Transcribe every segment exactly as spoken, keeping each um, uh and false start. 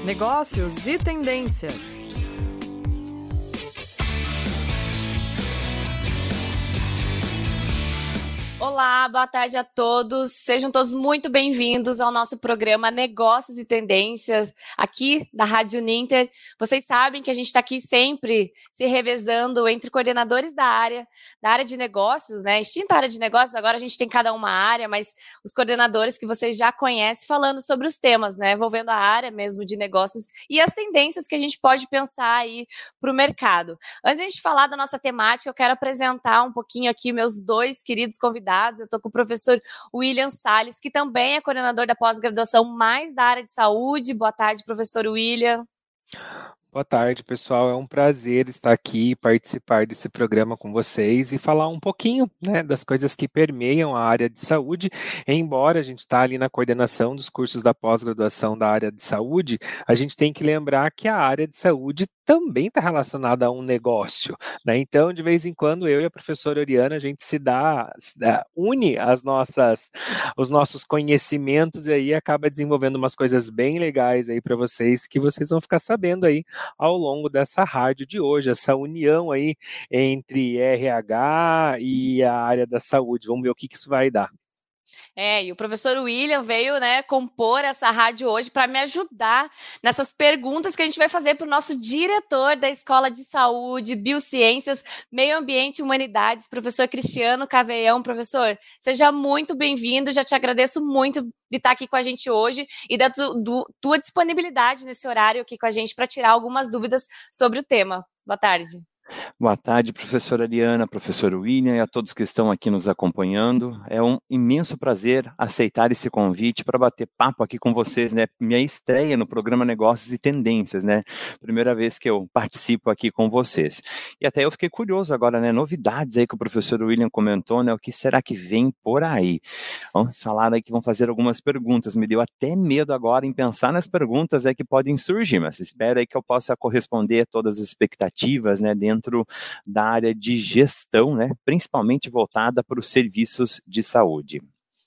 Negócios e tendências. Olá, boa tarde a todos. Sejam todos muito bem-vindos ao nosso programa Negócios e Tendências, aqui da Rádio Uninter. Vocês sabem que a gente está aqui sempre se revezando entre coordenadores da área, da área de negócios, né? Extinta área de negócios, agora a gente tem cada uma área, mas os coordenadores que vocês já conhecem falando sobre os temas, né? Envolvendo a área mesmo de negócios e as tendências que a gente pode pensar aí para o mercado. Antes de a gente falar da nossa temática, eu quero apresentar um pouquinho aqui meus dois queridos convidados. Eu estou com o professor William Salles, que também é coordenador da pós-graduação mais da área de saúde. Boa tarde, professor William. Boa tarde, pessoal. É um prazer estar aqui e participar desse programa com vocês e falar um pouquinho, né, das coisas que permeiam a área de saúde. Embora a gente está ali na coordenação dos cursos da pós-graduação da área de saúde, a gente tem que lembrar que a área de saúde também está relacionada a um negócio, né? Então, de vez em quando, eu e a professora Oriana, a gente se dá, se dá une as nossas, os nossos conhecimentos e aí acaba desenvolvendo umas coisas bem legais aí para vocês, que vocês vão ficar sabendo aí ao longo dessa rádio de hoje, essa união aí entre R H e a área da saúde. Vamos ver o que, que isso vai dar. É, e o professor William veio, né, compor essa rádio hoje para me ajudar nessas perguntas que a gente vai fazer para o nosso diretor da Escola de Saúde, Biociências, Meio Ambiente e Humanidades, professor Cristiano Caveião. Professor, seja muito bem-vindo, já te agradeço muito de estar aqui com a gente hoje e da tu, do, tua disponibilidade nesse horário aqui com a gente para tirar algumas dúvidas sobre o tema. Boa tarde. Boa tarde, professora Ariana, professor William e a todos que estão aqui nos acompanhando. É um imenso prazer aceitar esse convite para bater papo aqui com vocês, né? Minha estreia no programa Negócios e Tendências, né? Primeira vez que eu participo aqui com vocês. E até eu fiquei curioso agora, né? Novidades aí que o professor William comentou, né? O que será que vem por aí? Vamos falar aí que vão fazer algumas perguntas. Me deu até medo agora em pensar nas perguntas aí que podem surgir, mas espero aí que eu possa corresponder a todas as expectativas, né? Dentro dentro da área de gestão, né, principalmente voltada para os serviços de saúde.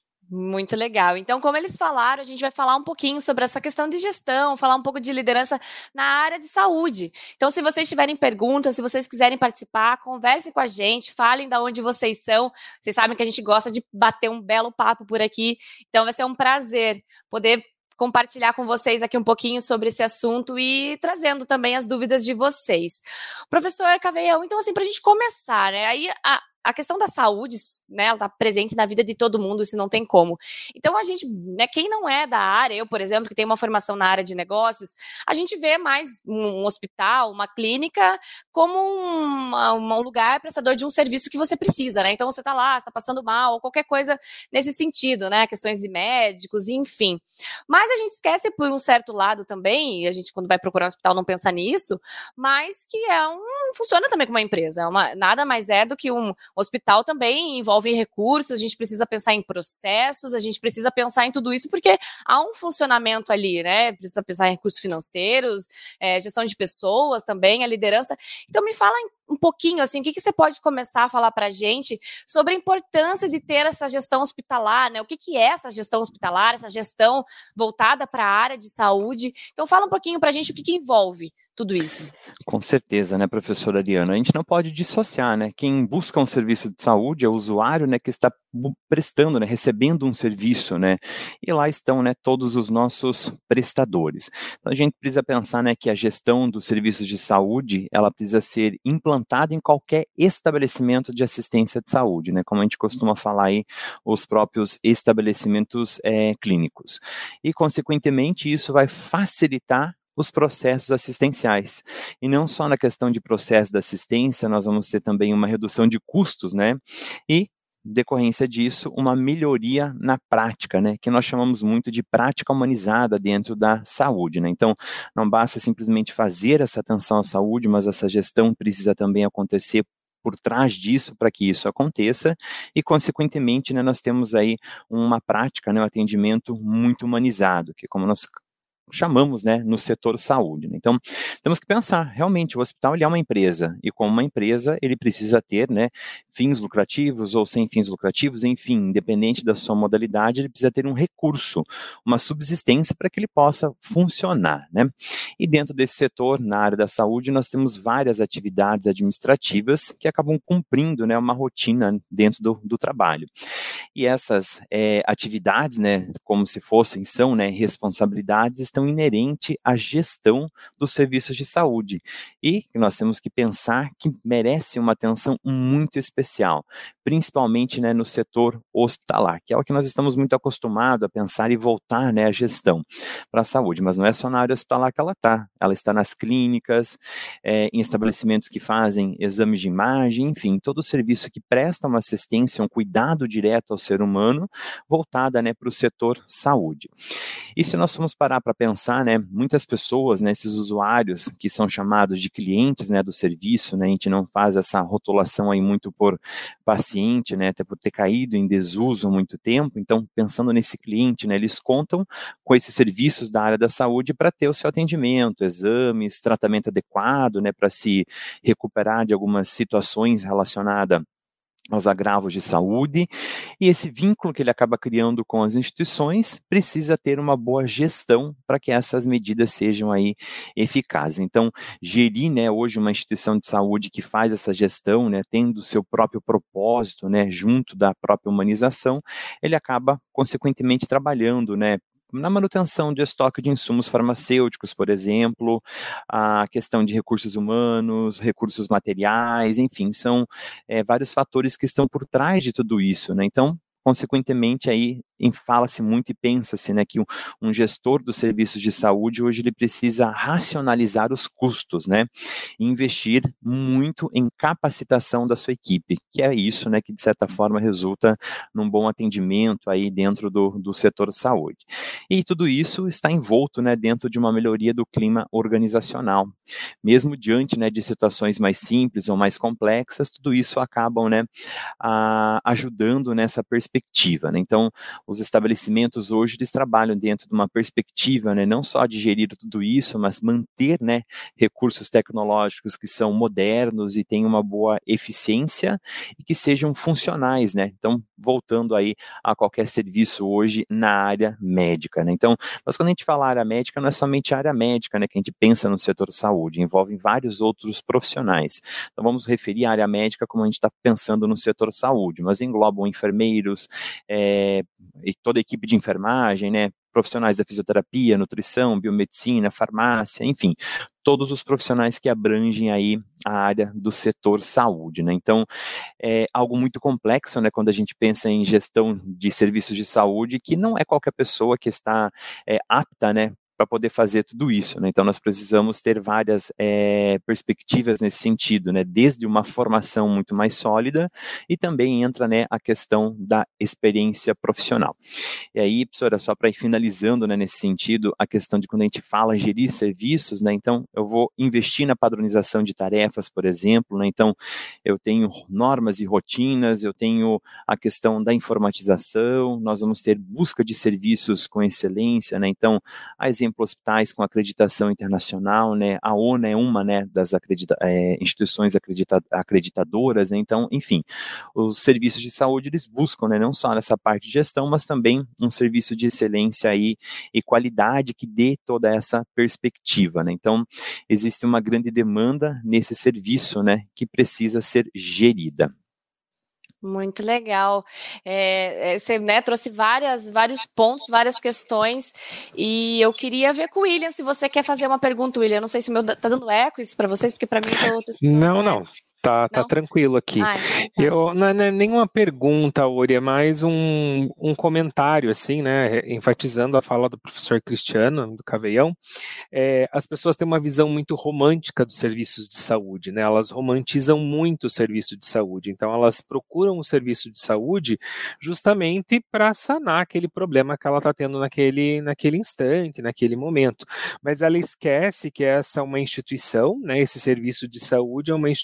Muito legal. Então, como eles falaram, a gente vai falar um pouquinho sobre essa questão de gestão, falar um pouco de liderança na área de saúde. Então, se vocês tiverem perguntas, se vocês quiserem participar, conversem com a gente, falem de onde vocês são. Vocês sabem que a gente gosta de bater um belo papo por aqui. Então, vai ser um prazer poder compartilhar com vocês aqui um pouquinho sobre esse assunto e trazendo também as dúvidas de vocês. Professor Caveião, então assim, para a gente começar, né, aí a, a questão da saúde, né, ela está presente na vida de todo mundo, se não tem como. Então a gente, né, quem não é da área, eu, por exemplo, que tenho uma formação na área de negócios, a gente vê mais um hospital, uma clínica, como um, um lugar prestador de um serviço que você precisa, né, então você está lá, está passando mal, ou qualquer coisa nesse sentido, né, questões de médicos, enfim. Mas a gente esquece por um certo lado também, e a gente quando vai procurar um hospital não pensa nisso, mas que é um, funciona também como uma empresa, é uma, nada mais é do que um hospital também envolve recursos, a gente precisa pensar em processos, a gente precisa pensar em tudo isso, porque há um funcionamento ali, né? Precisa pensar em recursos financeiros, é, gestão de pessoas também, a liderança. Então, me fala um pouquinho, assim, o que, que você pode começar a falar para a gente sobre a importância de ter essa gestão hospitalar, né? O que, que é essa gestão hospitalar, essa gestão voltada para a área de saúde? Então, fala um pouquinho para a gente o que, que envolve tudo isso. Com certeza, né, professora Ariana? A gente não pode dissociar, né? Quem busca um serviço de saúde é o usuário, né, que está prestando, né, recebendo um serviço, né? E lá estão, né, todos os nossos prestadores. Então a gente precisa pensar, né, que a gestão dos serviços de saúde, ela precisa ser implantada em qualquer estabelecimento de assistência de saúde, né? Como a gente costuma falar aí, os próprios estabelecimentos é, clínicos. E, consequentemente, isso vai facilitar os processos assistenciais. E não só na questão de processo de assistência, nós vamos ter também uma redução de custos, né? E, decorrência disso, uma melhoria na prática, né? Que nós chamamos muito de prática humanizada dentro da saúde, né? Então, não basta simplesmente fazer essa atenção à saúde, mas essa gestão precisa também acontecer por trás disso para que isso aconteça e, consequentemente, né, nós temos aí uma prática, né, um atendimento muito humanizado, que como nós chamamos, né, no setor saúde. Né? Então, temos que pensar, realmente, o hospital ele é uma empresa, e como uma empresa, ele precisa ter, né, fins lucrativos ou sem fins lucrativos, enfim, independente da sua modalidade, ele precisa ter um recurso, uma subsistência para que ele possa funcionar, né? E dentro desse setor, na área da saúde, nós temos várias atividades administrativas que acabam cumprindo, né, uma rotina dentro do, do trabalho. E essas é, atividades, né, como se fossem, são, né, responsabilidades, estão inerentes à gestão dos serviços de saúde. E nós temos que pensar que merece uma atenção muito especial, principalmente, né, no setor hospitalar, que é o que nós estamos muito acostumados a pensar e voltar, né, a gestão para a saúde, mas não é só na área hospitalar que ela está, ela está nas clínicas, é, em estabelecimentos que fazem exames de imagem, enfim, todo o serviço que presta uma assistência, um cuidado direto ao ser humano, voltada, né, para o setor saúde. E se nós formos parar para pensar, né, muitas pessoas, né, esses usuários que são chamados de clientes, né, do serviço, né, a gente não faz essa rotulação aí muito por paciente, né, até por ter caído em desuso há muito tempo, então pensando nesse cliente, né, eles contam com esses serviços da área da saúde para ter o seu atendimento, exames, tratamento adequado, né, para se recuperar de algumas situações relacionadas aos agravos de saúde, e esse vínculo que ele acaba criando com as instituições precisa ter uma boa gestão para que essas medidas sejam aí eficazes. Então, gerir, né, hoje uma instituição de saúde que faz essa gestão, né, tendo o seu próprio propósito, né, junto da própria humanização, ele acaba, consequentemente, trabalhando, né, na manutenção de estoque de insumos farmacêuticos, por exemplo, a questão de recursos humanos, recursos materiais, enfim, são é, vários fatores que estão por trás de tudo isso, né? Então, consequentemente, aí fala-se muito e pensa-se, né, que um, um gestor dos serviços de saúde hoje ele precisa racionalizar os custos, né, e investir muito em capacitação da sua equipe, que é isso, né, que de certa forma resulta num bom atendimento aí dentro do, do setor de saúde. E tudo isso está envolto, né, dentro de uma melhoria do clima organizacional. Mesmo diante, né, de situações mais simples ou mais complexas, tudo isso acabam, né, a, ajudando nessa perspectiva, né. Então, os estabelecimentos hoje, eles trabalham dentro de uma perspectiva, né, não só de gerir tudo isso, mas manter, né, recursos tecnológicos que são modernos e tenham uma boa eficiência e que sejam funcionais, né, então, voltando aí a qualquer serviço hoje na área médica, né, então, mas quando a gente fala área médica, não é somente a área médica, né, que a gente pensa no setor de saúde, envolve vários outros profissionais, então vamos referir a área médica como a gente está pensando no setor de saúde, mas englobam enfermeiros, é, e toda a equipe de enfermagem, né, profissionais da fisioterapia, nutrição, biomedicina, farmácia, enfim, todos os profissionais que abrangem aí a área do setor saúde, né, então é algo muito complexo, né, quando a gente pensa em gestão de serviços de saúde, que não é qualquer pessoa que está é, apta, né, para poder fazer tudo isso, né? Então nós precisamos ter várias é, perspectivas nesse sentido, né? Desde uma formação muito mais sólida e também entra, né, a questão da experiência profissional. E aí, professora, só para ir finalizando, né, nesse sentido, a questão de quando a gente fala em gerir serviços, né? Então eu vou investir na padronização de tarefas, por exemplo, né? Então eu tenho normas e rotinas, eu tenho a questão da informatização, nós vamos ter busca de serviços com excelência, né? Então, a exemplo, hospitais com acreditação internacional, né, a ONU é uma, né, das acredita é, instituições acredita acreditadoras, né? Então, enfim, os serviços de saúde, eles buscam, né, não só nessa parte de gestão, mas também um serviço de excelência aí e qualidade que dê toda essa perspectiva, né? Então, existe uma grande demanda nesse serviço, né, que precisa ser gerida. Muito legal. É, você, né, trouxe várias, vários pontos, várias questões, e eu queria ver com o William, se você quer fazer uma pergunta, William. Eu não sei se o meu tá dando eco isso para vocês, porque para mim eu tô escutando. Não, não. Tá, tá tranquilo aqui. Ah, então tá. Eu, não, é, não é nenhuma pergunta, Uri, é mais um, um comentário, assim, né, enfatizando a fala do professor Cristiano, do Caveião. É, as pessoas têm uma visão muito romântica dos serviços de saúde, né, elas romantizam muito o serviço de saúde, então elas procuram o serviço de saúde justamente para sanar aquele problema que ela está tendo naquele, naquele instante, naquele momento, mas ela esquece que essa é uma instituição, né, esse serviço de saúde é uma instituição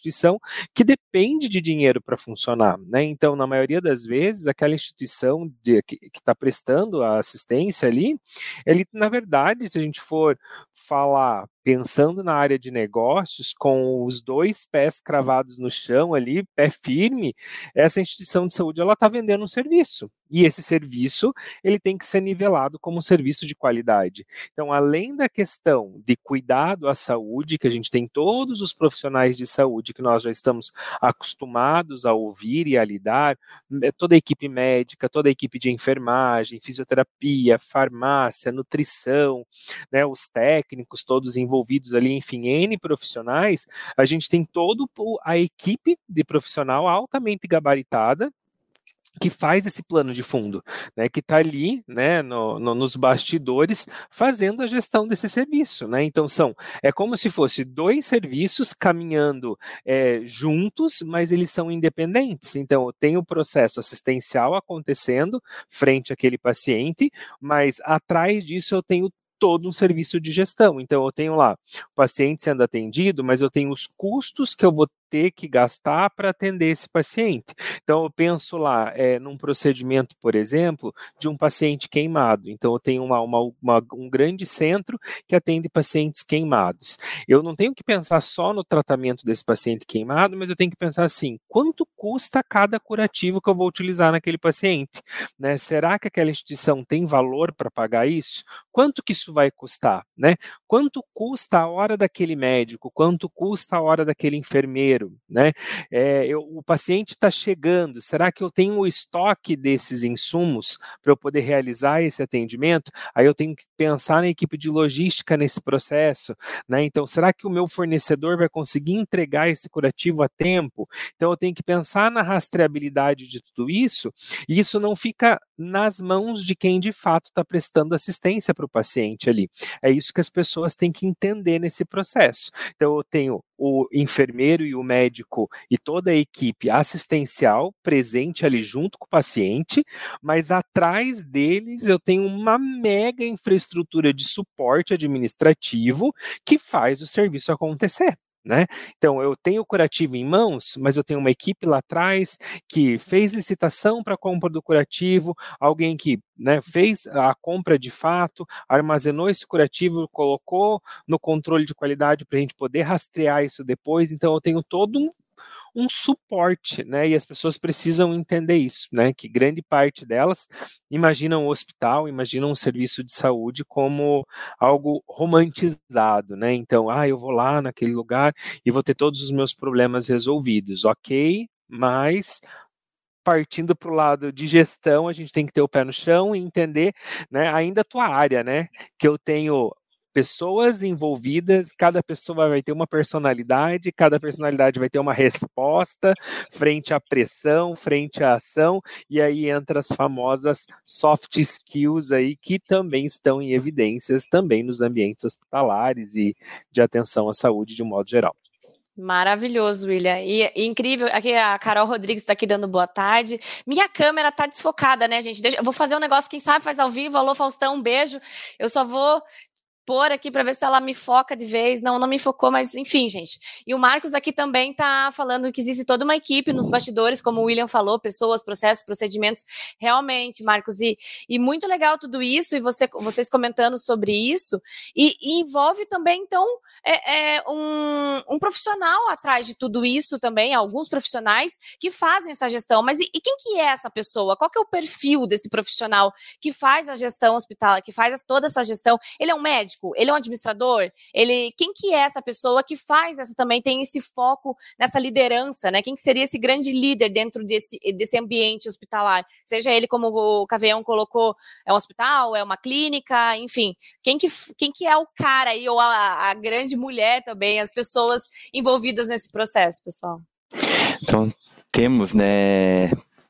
que depende de dinheiro para funcionar, né? Então, na maioria das vezes, aquela instituição de, que está prestando a assistência ali, ele, na verdade, se a gente for falar pensando na área de negócios, com os dois pés cravados no chão ali, pé firme, essa instituição de saúde ela está vendendo um serviço. E esse serviço ele tem que ser nivelado como um serviço de qualidade. Então, além da questão de cuidado à saúde, que a gente tem todos os profissionais de saúde que nós já estamos acostumados a ouvir e a lidar, toda a equipe médica, toda a equipe de enfermagem, fisioterapia, farmácia, nutrição, né, os técnicos todos envolvidos ali, enfim, N profissionais, a gente tem toda a equipe de profissional altamente gabaritada, que faz esse plano de fundo, né, que está ali, né, no, no, nos bastidores, fazendo a gestão desse serviço, né, então são, é como se fosse dois serviços caminhando é, juntos, mas eles são independentes, então eu tenho o processo assistencial acontecendo frente àquele paciente, mas atrás disso eu tenho todo um serviço de gestão, então eu tenho lá o paciente sendo atendido, mas eu tenho os custos que eu vou ter que gastar para atender esse paciente. Então, eu penso lá é, num procedimento, por exemplo, de um paciente queimado. Então, eu tenho uma, uma, uma, um grande centro que atende pacientes queimados. Eu não tenho que pensar só no tratamento desse paciente queimado, mas eu tenho que pensar assim, quanto custa cada curativo que eu vou utilizar naquele paciente? Né? Será que aquela instituição tem valor para pagar isso? Quanto que isso vai custar? Né? Quanto custa a hora daquele médico? Quanto custa a hora daquele enfermeiro? Né? É, eu, o paciente está chegando, será que eu tenho o estoque desses insumos para eu poder realizar esse atendimento? Aí eu tenho que pensar na equipe de logística nesse processo, né? Então, será que o meu fornecedor vai conseguir entregar esse curativo a tempo? Então, eu tenho que pensar na rastreabilidade de tudo isso, e isso não fica nas mãos de quem de fato está prestando assistência para o paciente ali. É isso que as pessoas têm que entender nesse processo. Então, eu tenho o enfermeiro e o médico e toda a equipe assistencial presente ali junto com o paciente, mas atrás deles eu tenho uma mega infraestrutura de suporte administrativo que faz o serviço acontecer. Né? Então, eu tenho o curativo em mãos, mas eu tenho uma equipe lá atrás que fez licitação para a compra do curativo, alguém que, né, fez a compra de fato, armazenou esse curativo, colocou no controle de qualidade para a gente poder rastrear isso depois. Então, eu tenho todo um um suporte, né, e as pessoas precisam entender isso, né, que grande parte delas imaginam o hospital, imaginam o serviço de saúde como algo romantizado, né, então, ah, eu vou lá naquele lugar e vou ter todos os meus problemas resolvidos, ok, mas partindo para o lado de gestão, a gente tem que ter o pé no chão e entender, né, ainda a tua área, né, que eu tenho pessoas envolvidas, cada pessoa vai ter uma personalidade, cada personalidade vai ter uma resposta frente à pressão, frente à ação, e aí entra as famosas soft skills aí, que também estão em evidências também nos ambientes hospitalares e de atenção à saúde de um modo geral. Maravilhoso, William. E, e incrível, aqui a Carol Rodrigues está aqui dando boa tarde. Minha câmera tá desfocada, né, gente? Deixa, eu vou fazer um negócio, quem sabe faz ao vivo. Alô, Faustão, um beijo. Eu só vou pôr aqui para ver se ela me foca de vez. Não, não me focou, mas enfim, gente. E o Marcos aqui também tá falando que existe toda uma equipe nos bastidores, como o William falou, pessoas, processos, procedimentos. Realmente, Marcos, e, e muito legal tudo isso, e você, vocês comentando sobre isso, e, e envolve também, então, é, é um, um profissional atrás de tudo isso também, alguns profissionais que fazem essa gestão. Mas e, e quem que é essa pessoa? Qual que é o perfil desse profissional que faz a gestão hospitalar, que faz toda essa gestão? Ele é um médico? Ele é um administrador? Ele, quem que é essa pessoa que faz essa também, tem esse foco nessa liderança, né? Quem que seria esse grande líder dentro desse, desse ambiente hospitalar? Seja ele, como o Caveião colocou, é um hospital, é uma clínica, enfim. Quem que, quem que é o cara aí, ou a, a grande mulher também, as pessoas envolvidas nesse processo, pessoal? Então, temos, né,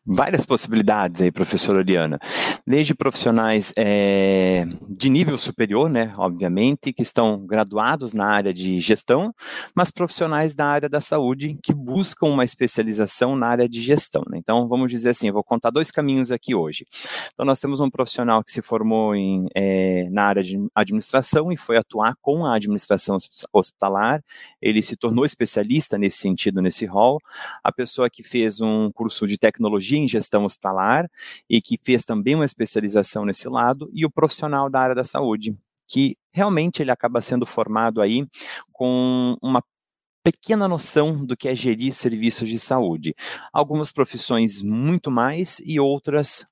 várias possibilidades aí, professora Oriana, desde profissionais é, de nível superior, né, obviamente, que estão graduados na área de gestão, mas profissionais da área da saúde que buscam uma especialização na área de gestão, né? Então, vamos dizer assim, eu vou contar dois caminhos aqui hoje. Então, nós temos um profissional que se formou em, é, na área de administração e foi atuar com a administração hospitalar, ele se tornou especialista nesse sentido, nesse rol. A pessoa que fez um curso de tecnologia em gestão hospitalar e que fez também uma especialização nesse lado, e o profissional da área da saúde, que realmente ele acaba sendo formado aí com uma pequena noção do que é gerir serviços de saúde. Algumas profissões muito mais e outras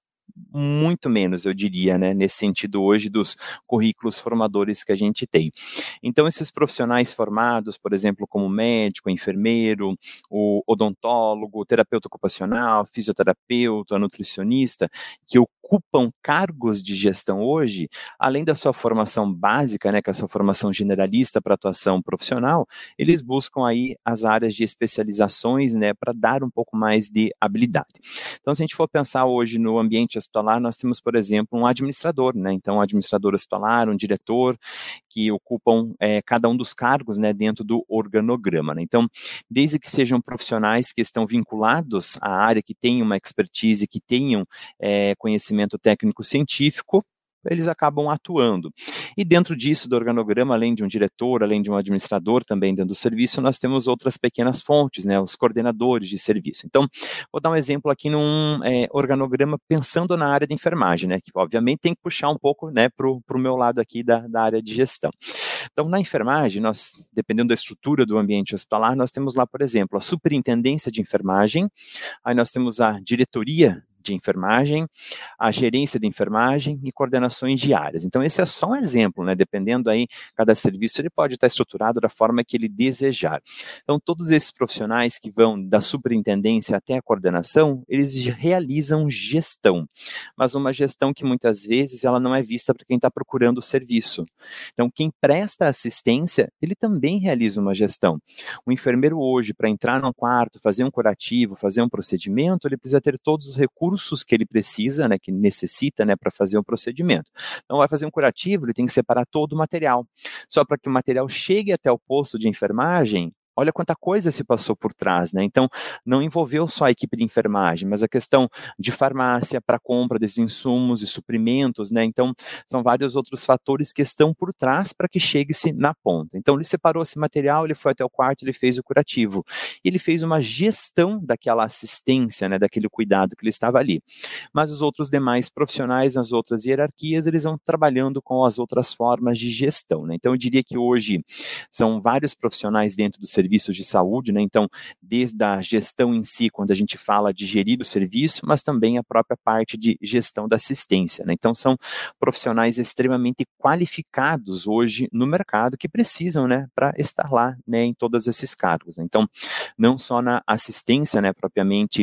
muito menos, eu diria, né, nesse sentido hoje dos currículos formadores que a gente tem. Então, esses profissionais formados, por exemplo, como médico, enfermeiro, o odontólogo, o terapeuta ocupacional, fisioterapeuta, nutricionista, que ocupam cargos de gestão hoje, além da sua formação básica, né, que é a sua formação generalista para atuação profissional, eles buscam aí as áreas de especializações, né, para dar um pouco mais de habilidade. Então, se a gente for pensar hoje no ambiente hospitalar, nós temos, por exemplo, um administrador, né, então um administrador hospitalar, um diretor, que ocupam é, cada um dos cargos, né, dentro do organograma, né? Então, desde que sejam profissionais que estão vinculados à área, que tenham uma expertise, que tenham é, conhecimento técnico-científico, eles acabam atuando. E dentro disso, do organograma, além de um diretor, além de um administrador também dentro do serviço, nós temos outras pequenas fontes, né, os coordenadores de serviço. Então, vou dar um exemplo aqui num é, organograma pensando na área de enfermagem, né, que obviamente tem que puxar um pouco, né, para o meu lado aqui da, da área de gestão. Então, na enfermagem, nós, dependendo da estrutura do ambiente hospitalar, nós temos lá, por exemplo, a superintendência de enfermagem, aí nós temos a diretoria de enfermagem, a gerência de enfermagem e coordenações diárias. Então, esse é só um exemplo, né? Dependendo aí, cada serviço ele pode estar estruturado da forma que ele desejar. Então, todos esses profissionais que vão da superintendência até a coordenação, eles realizam gestão, mas uma gestão que muitas vezes ela não é vista para quem está procurando o serviço. Então, quem presta assistência, ele também realiza uma gestão. O enfermeiro hoje, para entrar num quarto, fazer um curativo, fazer um procedimento, ele precisa ter todos os recursos que ele precisa, né, que necessita, né, para fazer um procedimento. Então, vai fazer um curativo, ele tem que separar todo o material. Só para que o material chegue até o posto de enfermagem, olha quanta coisa se passou por trás, né? Então, não envolveu só a equipe de enfermagem, mas a questão de farmácia para compra desses insumos e suprimentos, né? Então, são vários outros fatores que estão por trás para que chegue-se na ponta. Então, ele separou esse material, ele foi até o quarto, ele fez o curativo. Ele fez uma gestão daquela assistência, né? Daquele cuidado que ele estava ali. Mas os outros demais profissionais, nas outras hierarquias, eles vão trabalhando com as outras formas de gestão, né? Então, eu diria que hoje são vários profissionais dentro do serviço serviços de saúde, né? Então, desde a gestão em si, quando a gente fala de gerir o serviço, mas também a própria parte de gestão da assistência, né? Então, são profissionais extremamente qualificados hoje no mercado que precisam, né, para estar lá, né, em todos esses cargos, né? Então, não só na assistência, né, propriamente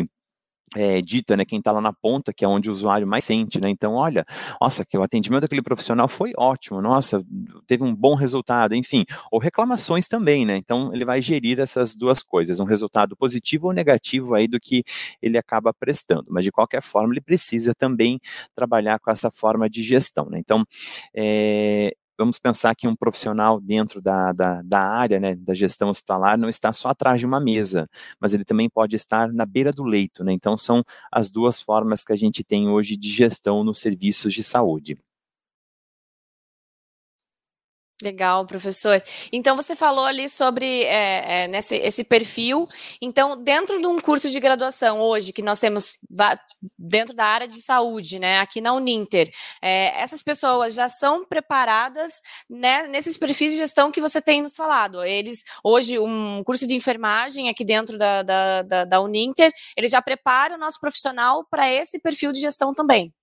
É, dita, né, quem está lá na ponta, que é onde o usuário mais sente, né, então olha, nossa, que o atendimento daquele profissional foi ótimo, nossa, teve um bom resultado, enfim, ou reclamações também, né, então ele vai gerir essas duas coisas, um resultado positivo ou negativo aí do que ele acaba prestando, mas de qualquer forma ele precisa também trabalhar com essa forma de gestão, né, então, é, vamos pensar que um profissional dentro da, da, da área, né, da gestão hospitalar não está só atrás de uma mesa, mas ele também pode estar na beira do leito, né? Então são as duas formas que a gente tem hoje de gestão nos serviços de saúde. Legal, professor. Então, você falou ali sobre é, é, nesse, esse perfil. Então, dentro de um curso de graduação hoje, que nós temos dentro da área de saúde, né, aqui na Uninter, é, essas pessoas já são preparadas, né, nesses perfis de gestão que você tem nos falado. Eles, hoje, um curso de enfermagem aqui dentro da, da, da, da Uninter, ele já prepara o nosso profissional para esse perfil de gestão também.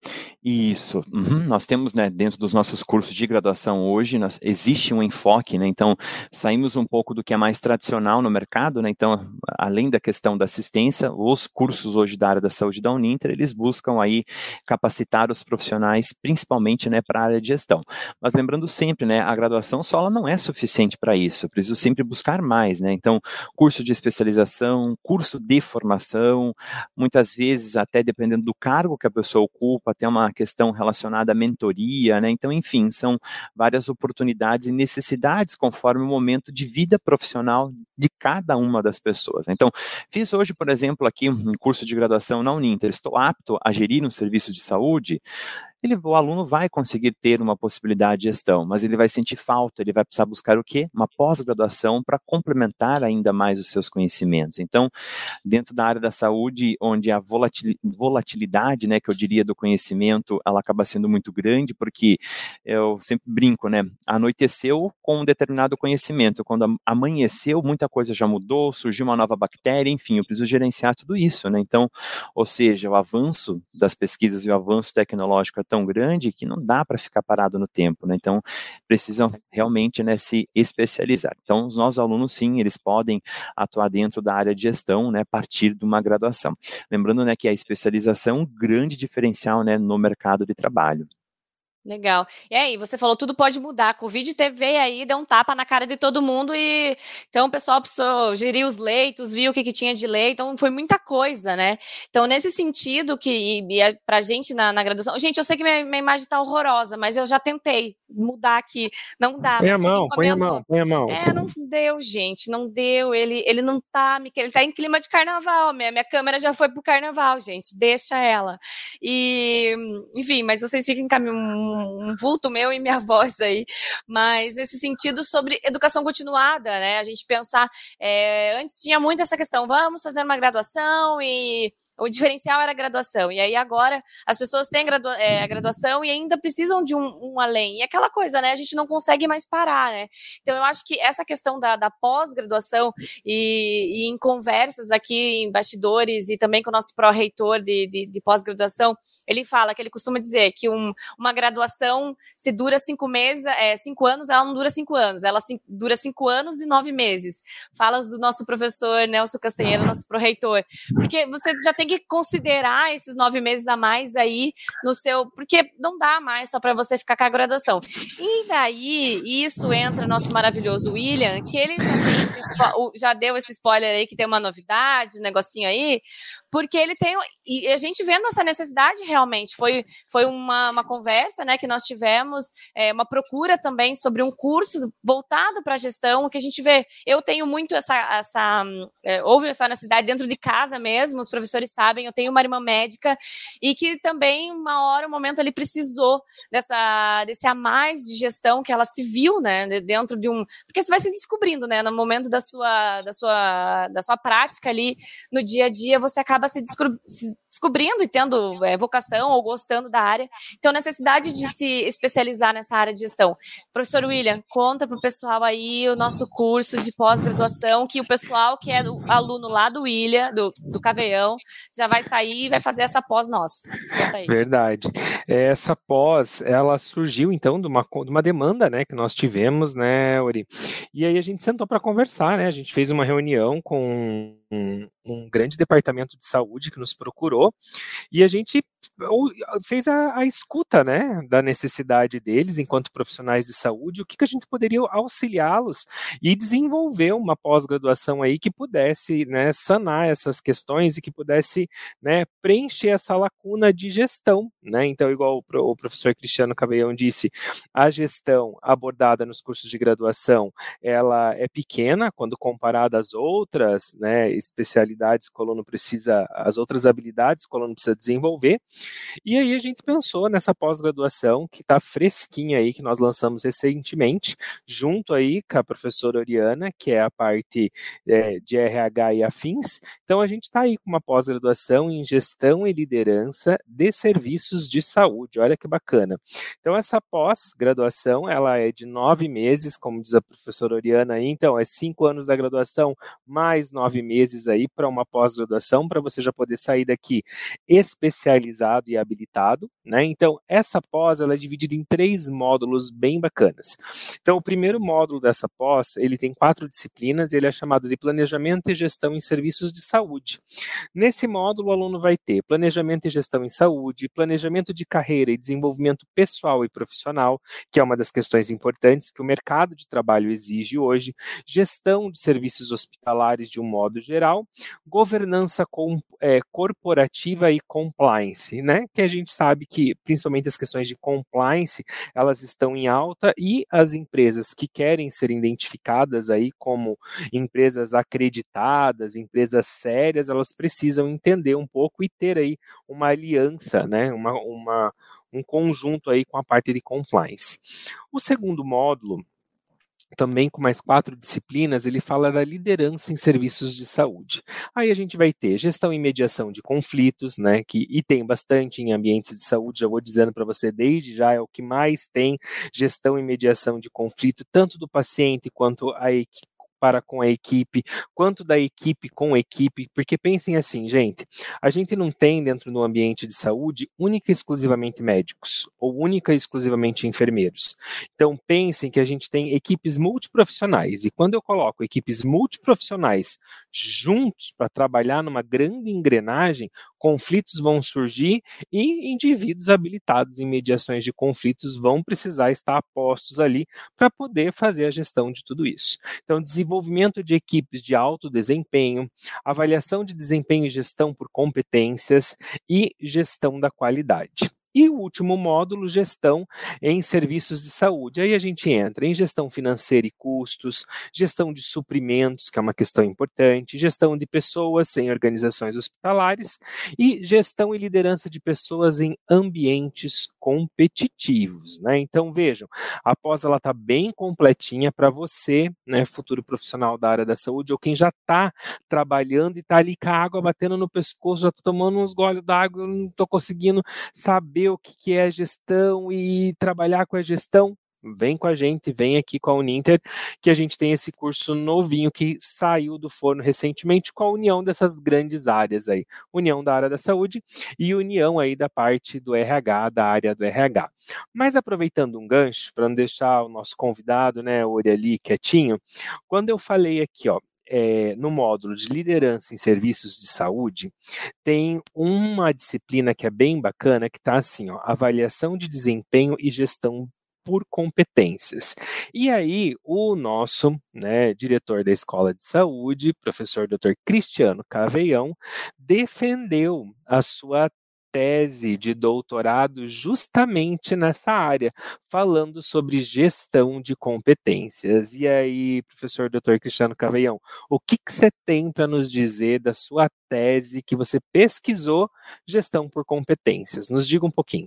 Isso, uhum. Nós temos, né, dentro dos nossos cursos de graduação hoje, nós, existe um enfoque, né, então saímos um pouco do que é mais tradicional no mercado, né, então além da questão da assistência, os cursos hoje da área da saúde da Uninter, eles buscam aí capacitar os profissionais, principalmente, né, para a área de gestão. Mas lembrando sempre, né, a graduação só ela não é suficiente para isso, eu preciso sempre buscar mais, né, então curso de especialização, curso de formação, muitas vezes até dependendo do cargo que a pessoa ocupa, tem uma questão relacionada à mentoria, né? Então, enfim, são várias oportunidades e necessidades conforme o momento de vida profissional de cada uma das pessoas. Então, fiz hoje, por exemplo, aqui um curso de graduação na Uninter, estou apto a gerir um serviço de saúde. Ele, o aluno vai conseguir ter uma possibilidade de gestão, mas ele vai sentir falta, ele vai precisar buscar o quê? Uma pós-graduação para complementar ainda mais os seus conhecimentos. Então, dentro da área da saúde, onde a volatilidade, né, que eu diria do conhecimento, ela acaba sendo muito grande, porque eu sempre brinco, né, anoiteceu com um determinado conhecimento, quando amanheceu, muita coisa já mudou, surgiu uma nova bactéria, enfim, eu preciso gerenciar tudo isso, né, então, ou seja, o avanço das pesquisas e o avanço tecnológico é tão grande que não dá para ficar parado no tempo, né? Então, precisam realmente, né, se especializar. Então, os nossos alunos, sim, eles podem atuar dentro da área de gestão, né, a partir de uma graduação. Lembrando, né, que a especialização é um grande diferencial, né, no mercado de trabalho. Legal. E aí, você falou, tudo pode mudar. A Covid veio aí, deu um tapa na cara de todo mundo e então o pessoal precisou gerir os leitos, viu o que, que tinha de lei, então foi muita coisa, né? Então, nesse sentido que e, e é pra gente na, na graduação... Gente, eu sei que minha, minha imagem tá horrorosa, mas eu já tentei mudar aqui. Não dá. Põe a mas mão, põe a mão, põe a mão. É, não deu, gente, não deu. Ele, ele não tá... Ele tá em clima de carnaval, minha, minha câmera já foi pro carnaval, gente. Deixa ela. E, enfim, mas vocês ficam encaminhando um vulto meu e minha voz aí, mas nesse sentido sobre educação continuada, né, a gente pensar, é, antes tinha muito essa questão, vamos fazer uma graduação e o diferencial era a graduação, e aí agora as pessoas têm gradua- é, a graduação e ainda precisam de um, um além, e aquela coisa, né, a gente não consegue mais parar, né, então eu acho que essa questão da, da pós-graduação e, e em conversas aqui em bastidores e também com o nosso pró-reitor de, de, de pós-graduação, ele fala que ele costuma dizer que um, uma graduação se dura cinco meses, é, cinco anos, ela não dura cinco anos, ela cinco, dura cinco anos e nove meses. Falas do nosso professor Nelson Castanheira, nosso pró-reitor, porque você já tem que considerar esses nove meses a mais aí no seu, porque não dá mais só para você ficar com a graduação. E daí, isso entra nosso maravilhoso William, que ele já, tem, já deu esse spoiler aí, que tem uma novidade, um negocinho aí, porque ele tem, e a gente vendo essa necessidade realmente, foi, foi uma, uma conversa, né, que nós tivemos, é, uma procura também sobre um curso voltado para a gestão, que a gente vê, eu tenho muito essa, essa é, houve essa necessidade dentro de casa mesmo, os professores sabem, eu tenho uma irmã médica, e que também, uma hora, um momento, ele precisou dessa, desse a mais de gestão que ela se viu, né, dentro de um, porque você vai se descobrindo, né, no momento da sua, da sua, da sua prática ali, no dia a dia, você acaba se, descobri- se descobrindo e tendo é, vocação ou gostando da área, então necessidade de se especializar nessa área de gestão. Professor William, conta para o pessoal aí o nosso curso de pós-graduação, que o pessoal que é do, aluno lá do William, do, do Caveião, já vai sair e vai fazer essa pós nossa. Conta aí. Verdade. Essa pós, ela surgiu, então, de uma, de uma demanda, né, que nós tivemos, né, Ori? E aí a gente sentou para conversar, né? A gente fez uma reunião com um, um grande departamento de saúde que nos procurou e a gente fez a, a escuta, né, da necessidade deles enquanto profissionais de saúde, o que, que a gente poderia auxiliá-los e desenvolver uma pós-graduação aí que pudesse, né, sanar essas questões e que pudesse, né, preencher essa lacuna de gestão, né, então igual o, o professor Cristiano Caveião disse, a gestão abordada nos cursos de graduação, ela é pequena quando comparada às outras, né, especialidades que o aluno precisa, as outras habilidades que o aluno precisa desenvolver. E aí a gente pensou nessa pós-graduação que está fresquinha aí, que nós lançamos recentemente, junto aí com a professora Oriana, que é a parte é, de R H e afins. Então a gente está aí com uma pós-graduação em gestão e liderança de serviços de saúde, olha que bacana. Então essa pós-graduação, ela é de nove meses, como diz a professora Oriana aí, então é cinco anos da graduação, mais nove meses aí para uma pós-graduação, para você já poder sair daqui especializado autorizado e habilitado, né? Então, essa pós, ela é dividida em três módulos bem bacanas. Então, o primeiro módulo dessa pós, ele tem quatro disciplinas, ele é chamado de Planejamento e Gestão em Serviços de Saúde. Nesse módulo, o aluno vai ter Planejamento e Gestão em Saúde, Planejamento de Carreira e Desenvolvimento Pessoal e Profissional, que é uma das questões importantes que o mercado de trabalho exige hoje, Gestão de Serviços Hospitalares de um modo geral, Governança com, é, Corporativa e Compliance, né? Que a gente sabe que, principalmente as questões de compliance, elas estão em alta e as empresas que querem ser identificadas aí como empresas acreditadas, empresas sérias, elas precisam entender um pouco e ter aí uma aliança, né? Uma, uma, um conjunto aí com a parte de compliance. O segundo módulo, também com mais quatro disciplinas, ele fala da liderança em serviços de saúde. Aí a gente vai ter gestão e mediação de conflitos, né, que, e tem bastante em ambientes de saúde, já vou dizendo para você desde já, é o que mais tem, gestão e mediação de conflito, tanto do paciente quanto a equipe, para com a equipe, quanto da equipe com a equipe, porque pensem assim, gente, a gente não tem dentro do ambiente de saúde única e exclusivamente médicos, ou única e exclusivamente enfermeiros. Então pensem que a gente tem equipes multiprofissionais, e quando eu coloco equipes multiprofissionais juntos para trabalhar numa grande engrenagem, conflitos vão surgir e indivíduos habilitados em mediações de conflitos vão precisar estar postos ali para poder fazer a gestão de tudo isso. Então, desenvolvimento de equipes de alto desempenho, avaliação de desempenho e gestão por competências e gestão da qualidade. E o último módulo, gestão em serviços de saúde. Aí a gente entra em gestão financeira e custos, gestão de suprimentos, que é uma questão importante, gestão de pessoas em organizações hospitalares e gestão e liderança de pessoas em ambientes competitivos, né? Então vejam, a pós ela está bem completinha para você, né, futuro profissional da área da saúde, ou quem já está trabalhando e está ali com a água batendo no pescoço, já está tomando uns goles d'água, eu não estou conseguindo saber o que, que é gestão e trabalhar com a gestão. Vem com a gente, vem aqui com a Uninter, que a gente tem esse curso novinho que saiu do forno recentemente com a união dessas grandes áreas aí, união da área da saúde e união aí da parte do R H, da área do R H. Mas aproveitando um gancho, para não deixar o nosso convidado, né, o ali quietinho, quando eu falei aqui, ó, É, no módulo de liderança em serviços de saúde, tem uma disciplina que é bem bacana, que está assim, ó, avaliação de desempenho e gestão por competências. E aí, o nosso, né, diretor da Escola de Saúde, professor doutor Cristiano Caveião, defendeu a sua tese de doutorado justamente nessa área, falando sobre gestão de competências. E aí, professor doutor Cristiano Caveião, o que que você tem para nos dizer da sua tese que você pesquisou gestão por competências? Nos diga um pouquinho.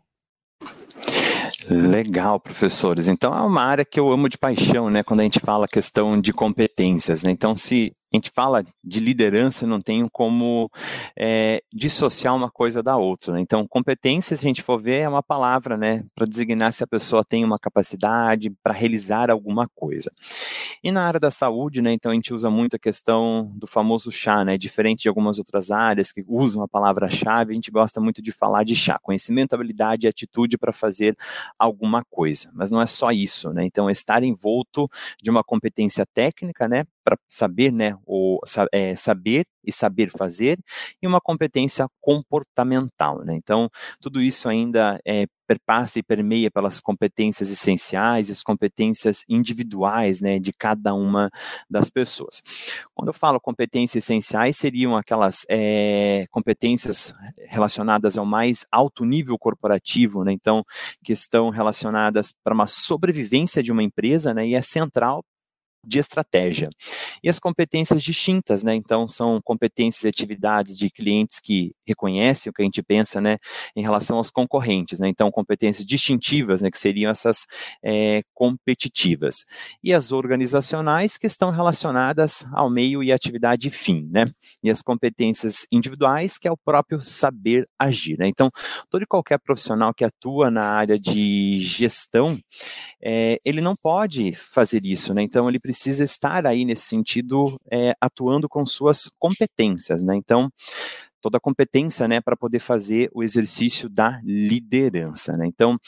Legal, professores. Então, é uma área que eu amo de paixão, né, quando a gente fala questão de competências, né? Então, se a gente fala de liderança, não tem como é, dissociar uma coisa da outra, né? Então, competência, se a gente for ver, é uma palavra, né, para designar se a pessoa tem uma capacidade para realizar alguma coisa. E na área da saúde, né, então a gente usa muito a questão do famoso chá, né, diferente de algumas outras áreas que usam a palavra-chave, a gente gosta muito de falar de chá, conhecimento, habilidade e atitude para fazer alguma coisa, mas não é só isso, né, então estar envolto de uma competência técnica, né, para saber, né, o, é, saber e saber fazer, e uma competência comportamental, né, então tudo isso ainda é, perpassa e permeia pelas competências essenciais, as competências individuais, né, de cada uma das pessoas. Quando eu falo competências essenciais, seriam aquelas é, competências relacionadas ao mais alto nível corporativo, né, então que estão relacionadas para uma sobrevivência de uma empresa, né, e é central de estratégia. E as competências distintas, né, então são competências e atividades de clientes que reconhecem o que a gente pensa, né, em relação aos concorrentes, né, então competências distintivas, né, que seriam essas é, competitivas. E as organizacionais que estão relacionadas ao meio e atividade fim, né, e as competências individuais que é o próprio saber agir, né, então todo e qualquer profissional que atua na área de gestão, é, ele não pode fazer isso, né, então ele precisa estar aí nesse sentido, é, atuando com suas competências, né, então toda a competência, né, para poder fazer o exercício da liderança, né? Então,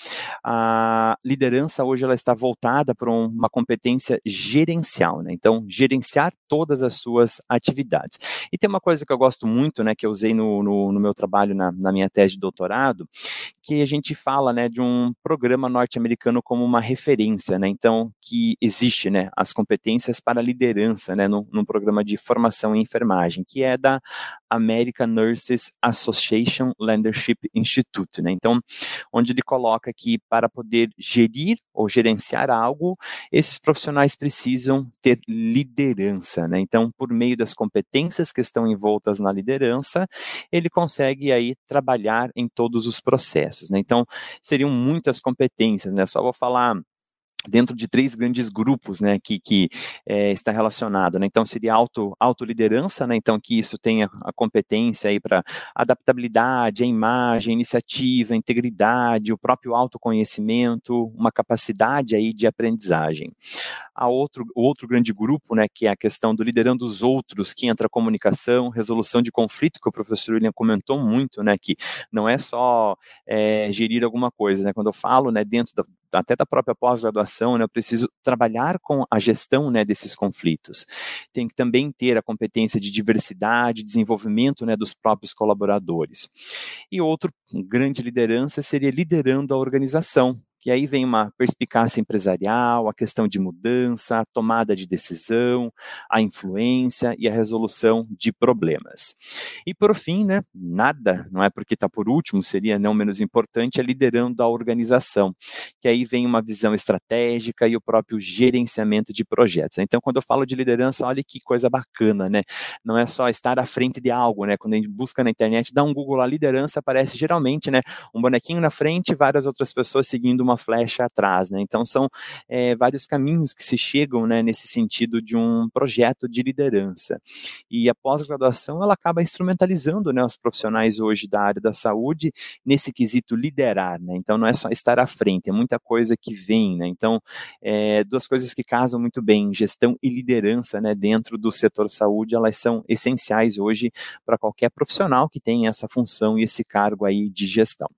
a liderança hoje ela está voltada para um, uma competência gerencial, né? Então, gerenciar todas as suas atividades. E tem uma coisa que eu gosto muito, né, que eu usei no, no, no meu trabalho, na, na minha tese de doutorado, que a gente fala, né, de um programa norte-americano como uma referência, né? Então, que existe, né, as competências para liderança, né, num, num programa de formação em enfermagem, que é da American Nurses Association Leadership Institute, né? Então, onde ele coloca que para poder gerir ou gerenciar algo, esses profissionais precisam ter liderança, né? Então, por meio das competências que estão envoltas na liderança, ele consegue aí trabalhar em todos os processos, né? Então, seriam muitas competências, né? Só vou falar dentro de três grandes grupos, né, que, que é, está relacionado, né, então seria auto, autoliderança, né, então que isso tenha a competência aí para adaptabilidade, a imagem, a iniciativa, a integridade, o próprio autoconhecimento, uma capacidade aí de aprendizagem. A outro, o outro grande grupo, né, que é a questão do liderando os outros, que entra a comunicação, resolução de conflito, que o professor William comentou muito, né, que não é só é, gerir alguma coisa, né, quando eu falo, né, dentro da até da própria pós-graduação, né, eu preciso trabalhar com a gestão, né, desses conflitos. Tem que também ter a competência de diversidade, desenvolvimento, né, dos próprios colaboradores. E outro grande liderança seria liderando a organização, que aí vem uma perspicácia empresarial, a questão de mudança, a tomada de decisão, a influência e a resolução de problemas. E por fim, né, nada, não é porque está por último, seria não menos importante, é liderando a organização, que aí vem uma visão estratégica e o próprio gerenciamento de projetos. Então, quando eu falo de liderança, olha que coisa bacana, né? Não é só estar à frente de algo, né? Quando a gente busca na internet, dá um Google lá, liderança, aparece geralmente, né, um bonequinho na frente e várias outras pessoas seguindo uma flecha atrás, né? Então são é, vários caminhos que se chegam, né, nesse sentido de um projeto de liderança. E a pós-graduação ela acaba instrumentalizando, né, os profissionais hoje da área da saúde nesse quesito liderar, né? Então não é só estar à frente, é muita coisa que vem, né? Então é, duas coisas que casam muito bem, gestão e liderança, né, dentro do setor saúde, elas são essenciais hoje para qualquer profissional que tenha essa função e esse cargo aí de gestão.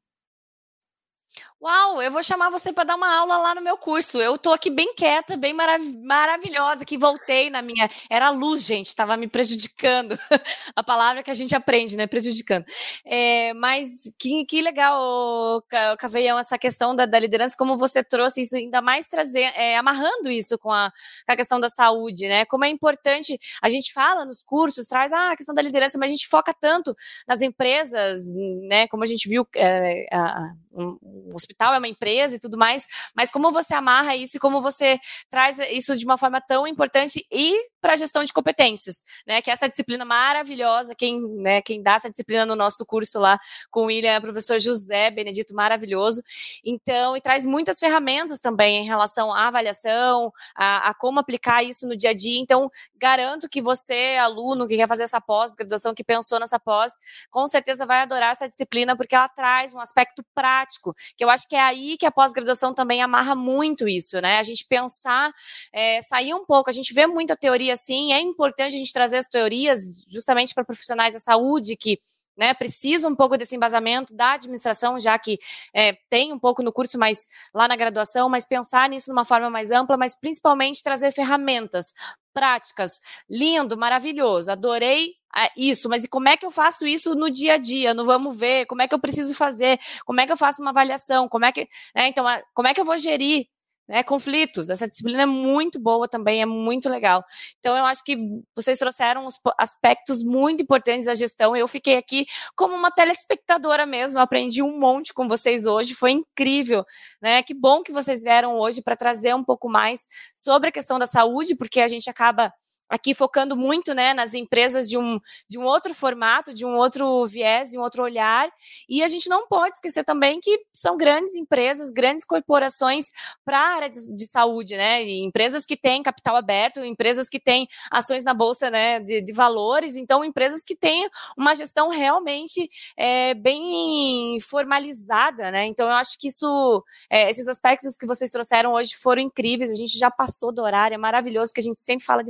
Uau, eu vou chamar você para dar uma aula lá no meu curso. Eu tô aqui bem quieta, bem marav maravilhosa, que voltei na minha... Era a luz, gente, estava me prejudicando. A palavra que a gente aprende, né? Prejudicando. É, mas que, que legal, Caveião, essa questão da, da liderança, como você trouxe isso, ainda mais trazer, é, amarrando isso com a, com a questão da saúde, né? Como é importante, a gente fala nos cursos, traz ah, a questão da liderança, mas a gente foca tanto nas empresas, né? Como a gente viu, é, a, um, um hospital é uma empresa e tudo mais, mas como você amarra isso e como você traz isso de uma forma tão importante e para a gestão de competências, né, que é essa disciplina maravilhosa, quem, né, quem dá essa disciplina no nosso curso lá com o William é o professor José Benedito, maravilhoso, então, e traz muitas ferramentas também em relação à avaliação, a, a como aplicar isso no dia a dia, então, garanto que você, aluno que quer fazer essa pós-graduação, que pensou nessa pós, com certeza vai adorar essa disciplina, porque ela traz um aspecto prático, que eu acho que é aí que a pós-graduação também amarra muito isso, né? A gente pensar, é, sair um pouco, a gente vê muita teoria assim, é importante a gente trazer as teorias justamente para profissionais da saúde que, né, precisa um pouco desse embasamento da administração, já que é, tem um pouco no curso, mas lá na graduação, mas pensar nisso de uma forma mais ampla, mas principalmente trazer ferramentas práticas, lindo, maravilhoso, adorei isso, mas e como é que eu faço isso no dia a dia, no vamos ver, como é que eu preciso fazer, como é que eu faço uma avaliação, como é que, né, então, como é que eu vou gerir, né, conflitos, essa disciplina é muito boa também, é muito legal, então eu acho que vocês trouxeram os aspectos muito importantes da gestão, eu fiquei aqui como uma telespectadora mesmo, aprendi um monte com vocês hoje, foi incrível, né, que bom que vocês vieram hoje para trazer um pouco mais sobre a questão da saúde, porque a gente acaba aqui focando muito, né, nas empresas de um, de um outro formato, de um outro viés, de um outro olhar, e a gente não pode esquecer também que são grandes empresas, grandes corporações para a área de, de saúde, né, e empresas que têm capital aberto, empresas que têm ações na bolsa, né, de, de valores, então empresas que têm uma gestão realmente é, bem formalizada, né, então eu acho que isso, é, esses aspectos que vocês trouxeram hoje foram incríveis, a gente já passou do horário, é maravilhoso que a gente sempre fala demais.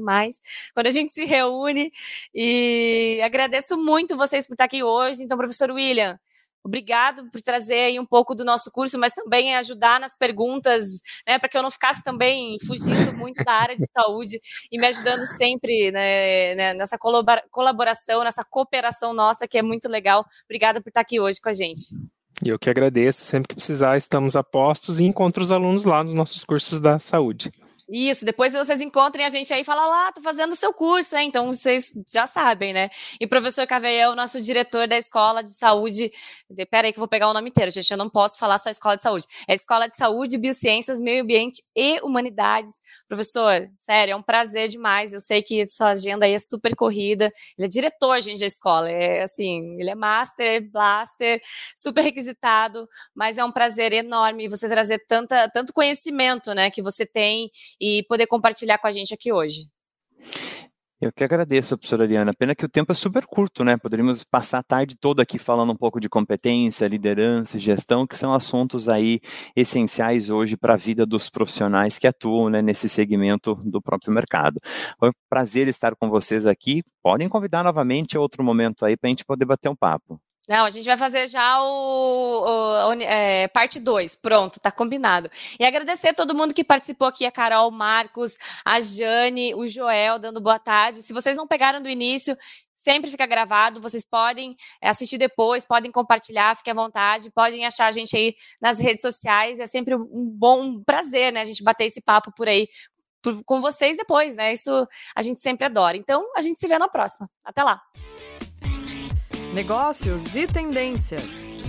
quando a gente se reúne. E agradeço muito vocês por estar aqui hoje. Então, professor William, obrigado por trazer aí um pouco do nosso curso, mas também ajudar nas perguntas, né, para que eu não ficasse também fugindo muito da área de saúde e me ajudando sempre, né, né, nessa colaboração, nessa cooperação nossa, que é muito legal. Obrigada por estar aqui hoje com a gente. E eu que agradeço. Sempre que precisar, estamos a postos e encontro os alunos lá nos nossos cursos da saúde. Isso, depois vocês encontrem a gente aí e falam lá, tô fazendo o seu curso, hein? Então vocês já sabem, né? E o professor Caveião, nosso diretor da Escola de Saúde, peraí que eu vou pegar o nome inteiro, gente, eu não posso falar só Escola de Saúde, é Escola de Saúde, Biociências, Meio Ambiente e Humanidades. Professor, sério, é um prazer demais, eu sei que sua agenda aí é super corrida, ele é diretor, gente, da escola, é assim, ele é master, blaster, super requisitado, mas é um prazer enorme você trazer tanta, tanto conhecimento, né, que você tem e poder compartilhar com a gente aqui hoje. Eu que agradeço, professora Ariana. Pena que o tempo é super curto, né? Poderíamos passar a tarde toda aqui falando um pouco de competência, liderança e gestão, que são assuntos aí essenciais hoje para a vida dos profissionais que atuam, né, nesse segmento do próprio mercado. Foi um prazer estar com vocês aqui. Podem convidar novamente a outro momento aí para a gente poder bater um papo. Não, a gente vai fazer já o, o, o é, parte dois, pronto, tá combinado. E agradecer a todo mundo que participou aqui, a Carol, o Marcos, a Jane, o Joel, dando boa tarde. Se vocês não pegaram do início, sempre fica gravado, vocês podem assistir depois, podem compartilhar, fiquem à vontade, podem achar a gente aí nas redes sociais, é sempre um bom um prazer, né, a gente bater esse papo por aí por, com vocês depois, né, isso a gente sempre adora. Então, a gente se vê na próxima. Até lá! Negócios e tendências.